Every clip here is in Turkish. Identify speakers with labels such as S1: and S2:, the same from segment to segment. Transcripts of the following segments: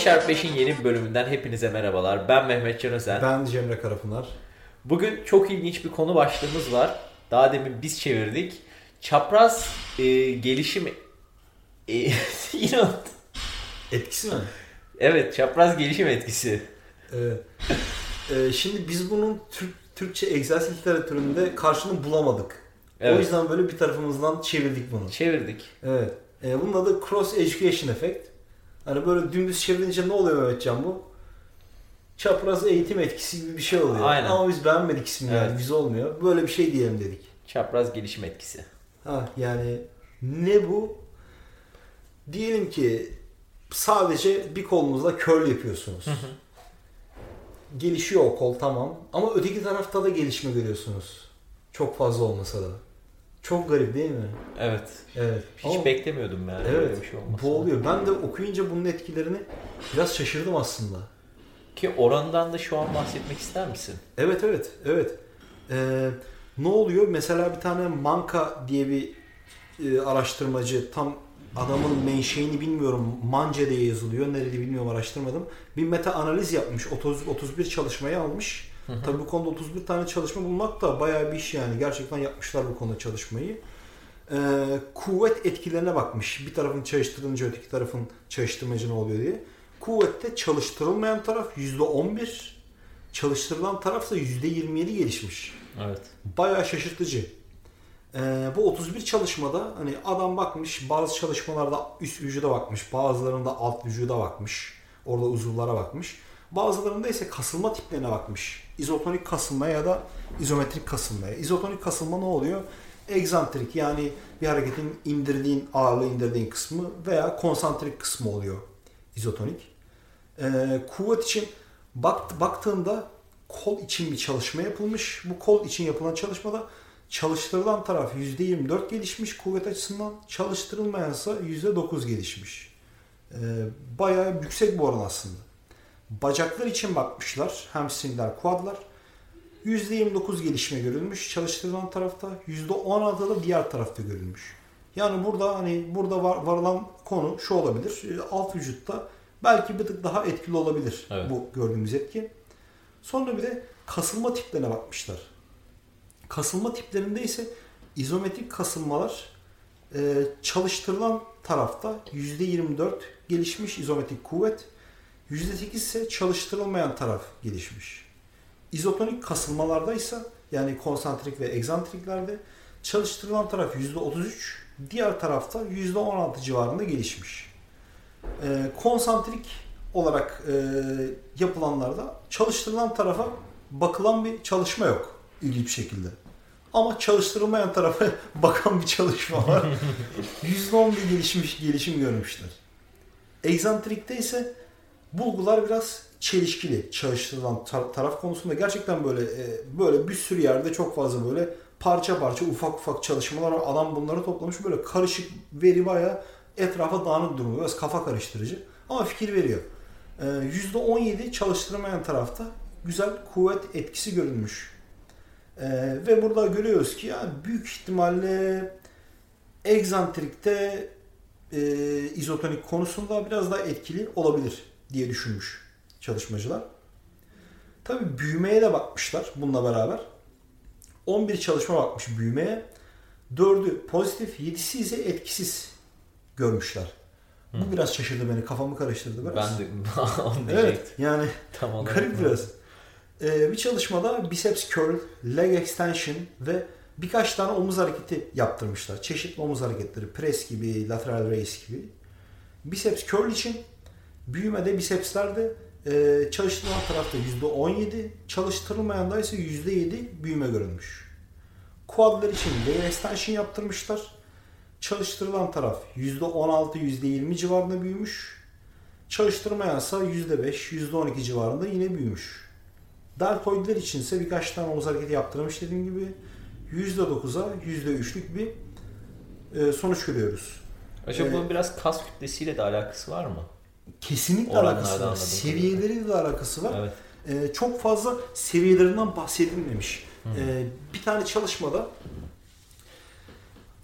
S1: 5x5'in yeni bir bölümünden hepinize merhabalar. Ben Mehmet Can Özen.
S2: Ben Cemre Karapınar.
S1: Bugün çok ilginç bir konu başlığımız var. Daha demin biz çevirdik. Çapraz gelişim... İnan.
S2: Etkisi mi?
S1: Evet, çapraz gelişim etkisi.
S2: Şimdi biz bunun Türkçe egzersiz literatüründe karşılığını bulamadık.
S1: Evet.
S2: O yüzden böyle bir tarafımızdan çevirdik bunu.
S1: Çevirdik.
S2: Evet. Bunun adı Cross Education Effect. Hani böyle dümdüz çevirince ne oluyor Mehmetcan bu? Çapraz eğitim etkisi gibi bir şey oluyor.
S1: Aynen.
S2: Ama biz beğenmedik ismini yani. Güzel olmuyor. Böyle bir şey diyelim dedik.
S1: Çapraz gelişim etkisi.
S2: Yani ne bu? Diyelim ki sadece bir kolunuzla curl yapıyorsunuz. Gelişiyor o kol, tamam. Ama öteki tarafta da gelişme görüyorsunuz. Çok fazla olmasa da. Çok garip değil mi?
S1: Evet. Hiç
S2: Ama
S1: beklemiyordum yani.
S2: evet,
S1: Böyle bir şey olmasını.
S2: bu oluyor. Ben de okuyunca bunun etkilerini biraz şaşırdım aslında.
S1: Ki oranından da şu an bahsetmek ister misin?
S2: Evet. Ne oluyor? Mesela bir tane Manka diye bir araştırmacı, tam adamın menşeini bilmiyorum, Manca diye yazılıyor. Nerede bilmiyorum, araştırmadım. Bir meta analiz yapmış. 31 çalışmayı almış. Tabii bu konuda 31 tane çalışma bulmak da bayağı bir iş yani. Gerçekten yapmışlar bu konuda çalışmayı. Kuvvet etkilerine bakmış. Bir tarafın çalıştırınca öteki tarafın çalıştırmacı ne oluyor diye. Kuvvette çalıştırılmayan taraf %11, çalıştırılan taraf da %27 gelişmiş.
S1: Evet.
S2: Bayağı şaşırtıcı. Bu 31 çalışmada hani adam bakmış, bazı çalışmalarda üst vücuda bakmış, bazılarında alt vücuda bakmış, orada uzuvlara bakmış. Bazılarında ise kasılma tiplerine bakmış. İzotonik kasılma ya da izometrik kasılmaya. İzotonik kasılma ne oluyor? Egzantrik, yani bir hareketin ağırlığı indirdiğin kısmı veya konsantrik kısmı oluyor izotonik. Kuvvet için baktığında kol için bir çalışma yapılmış. Bu kol için yapılan çalışmada çalıştırılan taraf %24 gelişmiş kuvvet açısından, çalıştırılmayansa %9 gelişmiş. Bayağı yüksek bir oran aslında. Bacaklar için bakmışlar, hamstringler, quadlar. %29 gelişme görülmüş çalıştırılan tarafta, %16 da diğer tarafta görülmüş. Yani burada varılan konu şu olabilir. Alt vücutta belki bir tık daha etkili olabilir, evet, bu gördüğümüz etki. Sonra bir de kasılma tiplerine bakmışlar. Kasılma tiplerinde ise izometrik kasılmalar çalıştırılan tarafta %24 gelişmiş izometrik kuvvet, %8 ise çalıştırılmayan taraf gelişmiş. İzotonik kasılmalarda ise, yani konsantrik ve egzantriklerde, çalıştırılan taraf %33, diğer tarafta %16 civarında gelişmiş. Konsantrik olarak yapılanlarda çalıştırılan tarafa bakılan bir çalışma yok ilginç bir şekilde. Ama çalıştırılmayan tarafa bakan bir çalışma var. %11 gelişim görmüşler. Egzantrikte ise bulgular biraz çelişkili çalıştırılan taraf konusunda. Gerçekten böyle bir sürü yerde çok fazla böyle parça ufak çalışmalar var. Adam bunları toplamış, böyle karışık veri, bayağı etrafa dağınık durumu. Biraz kafa karıştırıcı ama fikir veriyor. %17 çalıştırmayan tarafta güzel kuvvet etkisi görülmüş. Ve burada görüyoruz ki yani büyük ihtimalle egzantrikte izotonik konusunda biraz daha etkili olabilir diye düşünmüş çalışmacılar. Tabii büyümeye de bakmışlar bununla beraber. 11 çalışma bakmış büyümeye. 4'ü pozitif, 7'si ise etkisiz görmüşler. Bu biraz şaşırdı beni, kafamı karıştırdı biraz.
S1: Ben de onu diyecektim.
S2: Evet, yani
S1: tam
S2: garip biraz. Bir çalışmada biceps curl, leg extension ve birkaç tane omuz hareketi yaptırmışlar. Çeşitli omuz hareketleri, press gibi, lateral raise gibi. Biceps curl için büyümede, bicepslerde çalıştırılan tarafta %17, çalıştırılmayanda ise %7 büyüme görülmüş. Quadlar için leg extension yaptırmışlar. Çalıştırılan taraf %16, %20 civarında büyümüş. Çalıştırmayansa %5, %12 civarında yine büyümüş. Deltoidler için ise birkaç tane omuz hareketi yaptırmış dediğim gibi. %9'a %3'lük bir sonuç görüyoruz.
S1: Acaba bunun biraz kas kütlesiyle de alakası var mı?
S2: Kesinlikle alakası var. Seviyeleriyle de alakası var.
S1: Evet.
S2: Çok fazla seviyelerinden bahsedilmemiş. Bir tane çalışmada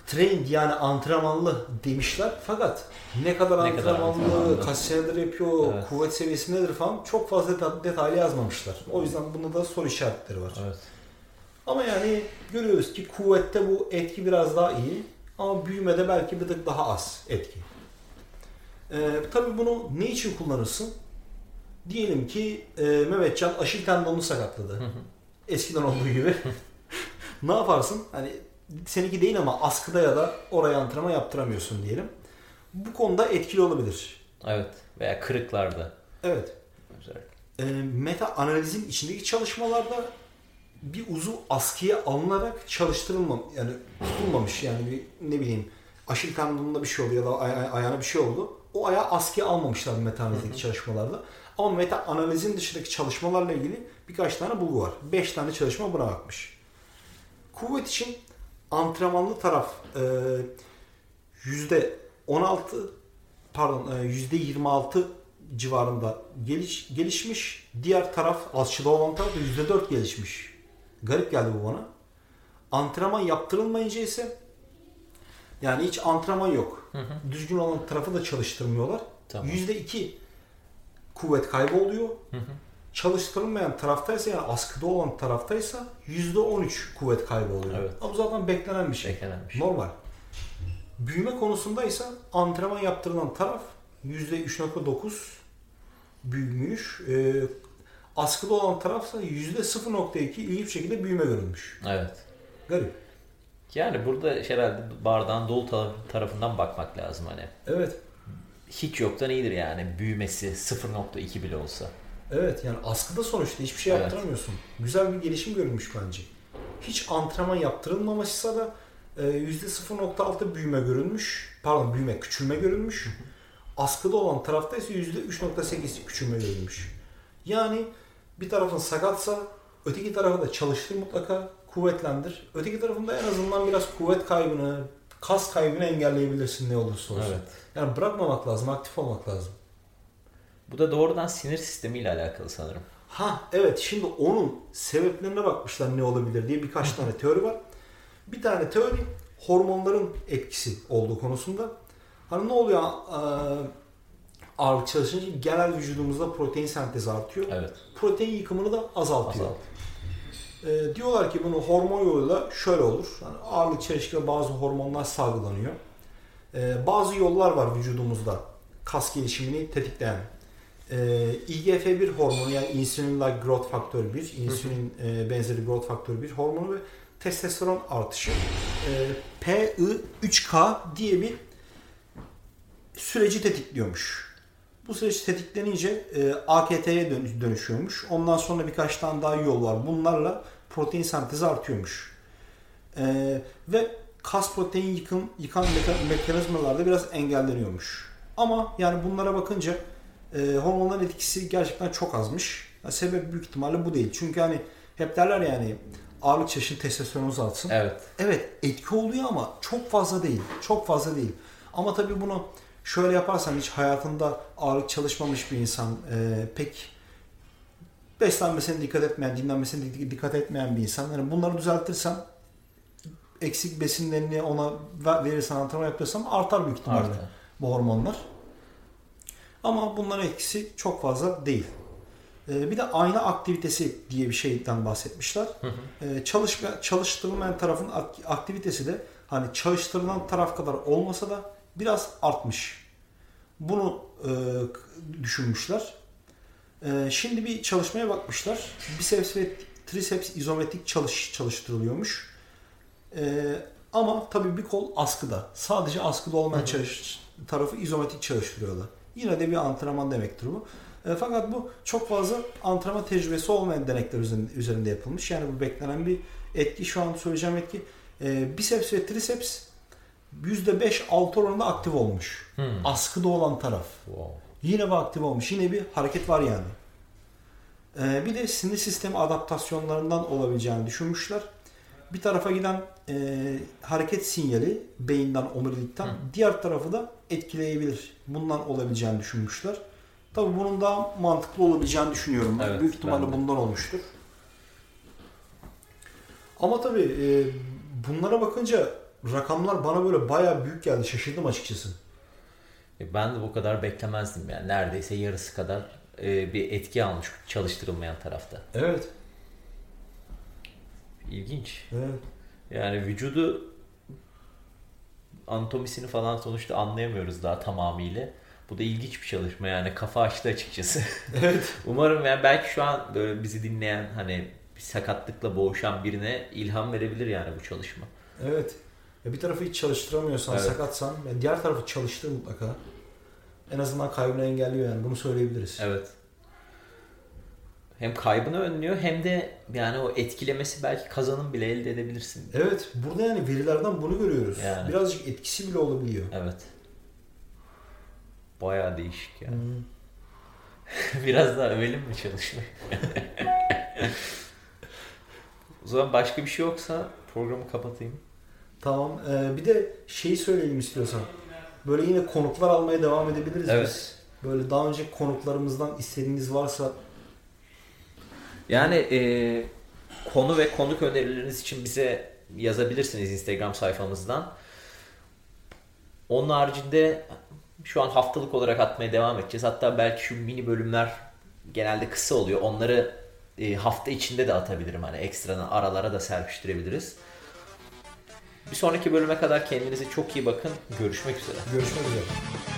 S2: trained yani antrenmanlı demişler. Fakat ne kadar antrenmanlı, kaç senedir yapıyor, evet, kuvvet seviyesi nedir falan çok fazla detaylı yazmamışlar. O yüzden bunda da soru işaretleri var.
S1: Evet.
S2: Ama yani görüyoruz ki kuvvette bu etki biraz daha iyi ama büyümede belki bir tık daha az etki. Tabii bunu ne için kullanırsın? Diyelim ki Mehmetcan Aşil tendonunu sakatladı. Eskiden olduğu gibi. Ne yaparsın? Hani seninki değil ama askıda ya da oraya antrenman yaptıramıyorsun diyelim. Bu konuda etkili olabilir.
S1: Evet. Veya kırıklarda.
S2: Evet. Meta analizin içindeki çalışmalarda bir uzuv askıya alınarak çalıştırılmamış, yani tutulmamış, yani bir ne bileyim Aşil tendonunda bir şey oldu ya da ayağına bir şey oldu. O ayağı askıya almamışlar meta analizdeki çalışmalarda. Ama meta analizin dışındaki çalışmalarla ilgili birkaç tane bulgu var. 5 tane çalışma buna bakmış. Kuvvet için antrenmanlı taraf %26 civarında gelişmiş. Diğer taraf alçıda olan taraf %4 gelişmiş. Garip geldi bu bana. Antrenman yaptırılmayınca ise yani hiç antrenman yok. Düzgün olan tarafı da çalıştırmıyorlar. Tamam. %2 kuvvet kaybı oluyor. Çalıştırılmayan taraftaysa yani askıda olan taraftaysa %13 kuvvet kaybı oluyor. Evet. Ama zaten beklenen bir şey. Normal. Büyüme konusundaysa antrenman yaptırılan taraf %3.9 büyümüş. Askıda olan tarafsa %0.2 ilginç bir şekilde büyüme görülmüş.
S1: Evet.
S2: Garip.
S1: Yani burada herhalde bardağın dolu tarafından bakmak lazım hani.
S2: Evet.
S1: Hiç yoktan iyidir yani büyümesi 0.2 bile olsa.
S2: Evet yani askıda sonuçta hiçbir şey yaptıramıyorsun. Güzel bir gelişim görülmüş bence. Hiç antrenman yaptırılmamışsa da %0.6 büyüme görülmüş. Pardon büyüme, küçülme görülmüş. Askıda olan tarafta ise %3.8 küçülme görülmüş. Yani bir tarafın sakatsa öteki tarafı da çalıştır mutlaka, kuvvetlendir. Öteki tarafında en azından biraz kuvvet kaybını, kas kaybını engelleyebilirsin ne olursa olsun. Evet. Yani bırakmamak lazım, aktif olmak lazım.
S1: Bu da doğrudan sinir sistemiyle alakalı sanırım.
S2: Evet şimdi onun sebeplerine bakmışlar ne olabilir diye birkaç tane teori var. Bir tane teori hormonların etkisi olduğu konusunda. Hani ne oluyor ağırlık çalışınca genel vücudumuzda protein sentezi artıyor. Evet. Protein yıkımını da azaltıyor. Diyorlar ki bunu hormon yoluyla şöyle olur. Yani ağırlık çalışırken bazı hormonlar salgılanıyor. Bazı yollar var vücudumuzda kas gelişimini tetikleyen. IGF-1 hormonu yani insülin-like growth factor 1, insülin benzeri growth factor 1 hormonu ve testosteron artışı PI3K diye bir süreci tetikliyormuş. Bu süreç tetiklenince AKT'ye dönüşüyormuş. Ondan sonra birkaç tane daha yol var. Bunlarla protein sentezi artıyormuş. Ve kas protein yıkan mekanizmalarda biraz engelleniyormuş. Ama yani bunlara bakınca hormonların etkisi gerçekten çok azmış. Yani sebep büyük ihtimalle bu değil. Çünkü hani hep derler yani ağırlık çalışın testosteron azaltsın. Evet. Evet etki oluyor ama çok fazla değil. Çok fazla değil. Ama tabii bunu şöyle yaparsan hiç hayatında ağırlık çalışmamış bir insan pek beslenmesine dikkat etmeyen, dinlenmesine dikkat etmeyen bir insan. Yani bunları düzeltirsen eksik besinlerini ona verirsen antrenman yapıyorsan artar büyük ihtimalle bu hormonlar. Ama bunların etkisi çok fazla değil. Bir de ayna aktivitesi diye bir şeyden bahsetmişler. Çalıştırılmayan tarafın aktivitesi de hani çalıştırılan taraf kadar olmasa da biraz artmış. Bunu düşünmüşler. Şimdi bir çalışmaya bakmışlar. Biceps ve triceps izometrik çalıştırılıyormuş. Ama tabii bir kol askıda. Sadece askıda olmayan tarafı izometrik çalıştırıyorlar. Yine de bir antrenman demektir bu. Fakat bu çok fazla antrenman tecrübesi olmayan denekler üzerinde yapılmış. Yani bu beklenen bir etki. Şu an söyleyeceğim etki. Biceps ve triceps %5-6 oranında aktif olmuş. Askıda olan taraf. Wow. Yine bir aktif olmuş. Yine bir hareket var yani. Bir de sinir sistemi adaptasyonlarından olabileceğini düşünmüşler. Bir tarafa giden hareket sinyali beyinden, omurilikten diğer tarafı da etkileyebilir. Bundan olabileceğini düşünmüşler. Tabii bunun daha mantıklı olabileceğini düşünüyorum. Evet, büyük ihtimalle bundan olmuştur. Ama tabii bunlara bakınca rakamlar bana böyle bayağı büyük geldi. Şaşırdım açıkçası.
S1: Ben de bu kadar beklemezdim yani. Neredeyse yarısı kadar bir etki almış çalıştırılmayan tarafta.
S2: Evet.
S1: İlginç.
S2: Evet.
S1: Yani vücudu anatomisini falan sonuçta anlayamıyoruz daha tamamıyla. Bu da ilginç bir çalışma yani, kafa açtı açıkçası.
S2: Evet.
S1: Umarım yani belki şu an böyle bizi dinleyen hani bir sakatlıkla boğuşan birine ilham verebilir yani bu çalışma.
S2: Evet. Bir tarafı hiç çalıştıramıyorsan,
S1: Evet.
S2: sakatsan diğer tarafı çalıştır mutlaka. En azından kaybını engelliyor yani, bunu söyleyebiliriz.
S1: Evet. Hem kaybını önlüyor hem de yani o etkilemesi belki kazanım bile elde edebilirsin.
S2: Evet. Burada yani verilerden bunu görüyoruz.
S1: Yani.
S2: Birazcık etkisi bile olabiliyor.
S1: Evet. Bayağı değişik yani. Biraz daha övelim mi çalışmayı? O zaman başka bir şey yoksa programı kapatayım.
S2: Tamam. Bir de şeyi söyleyelim istiyorsan. Böyle yine konuklar almaya devam edebiliriz
S1: Evet.
S2: biz. Böyle daha önce konuklarımızdan istediğiniz varsa.
S1: Yani konu ve konuk önerileriniz için bize yazabilirsiniz Instagram sayfamızdan. Onun haricinde şu an haftalık olarak atmaya devam edeceğiz. Hatta belki şu mini bölümler genelde kısa oluyor. Onları hafta içinde de atabilirim. Hani ekstradan aralara da serpiştirebiliriz. Bir sonraki bölüme kadar kendinize çok iyi bakın. Görüşmek üzere.
S2: Görüşmek üzere.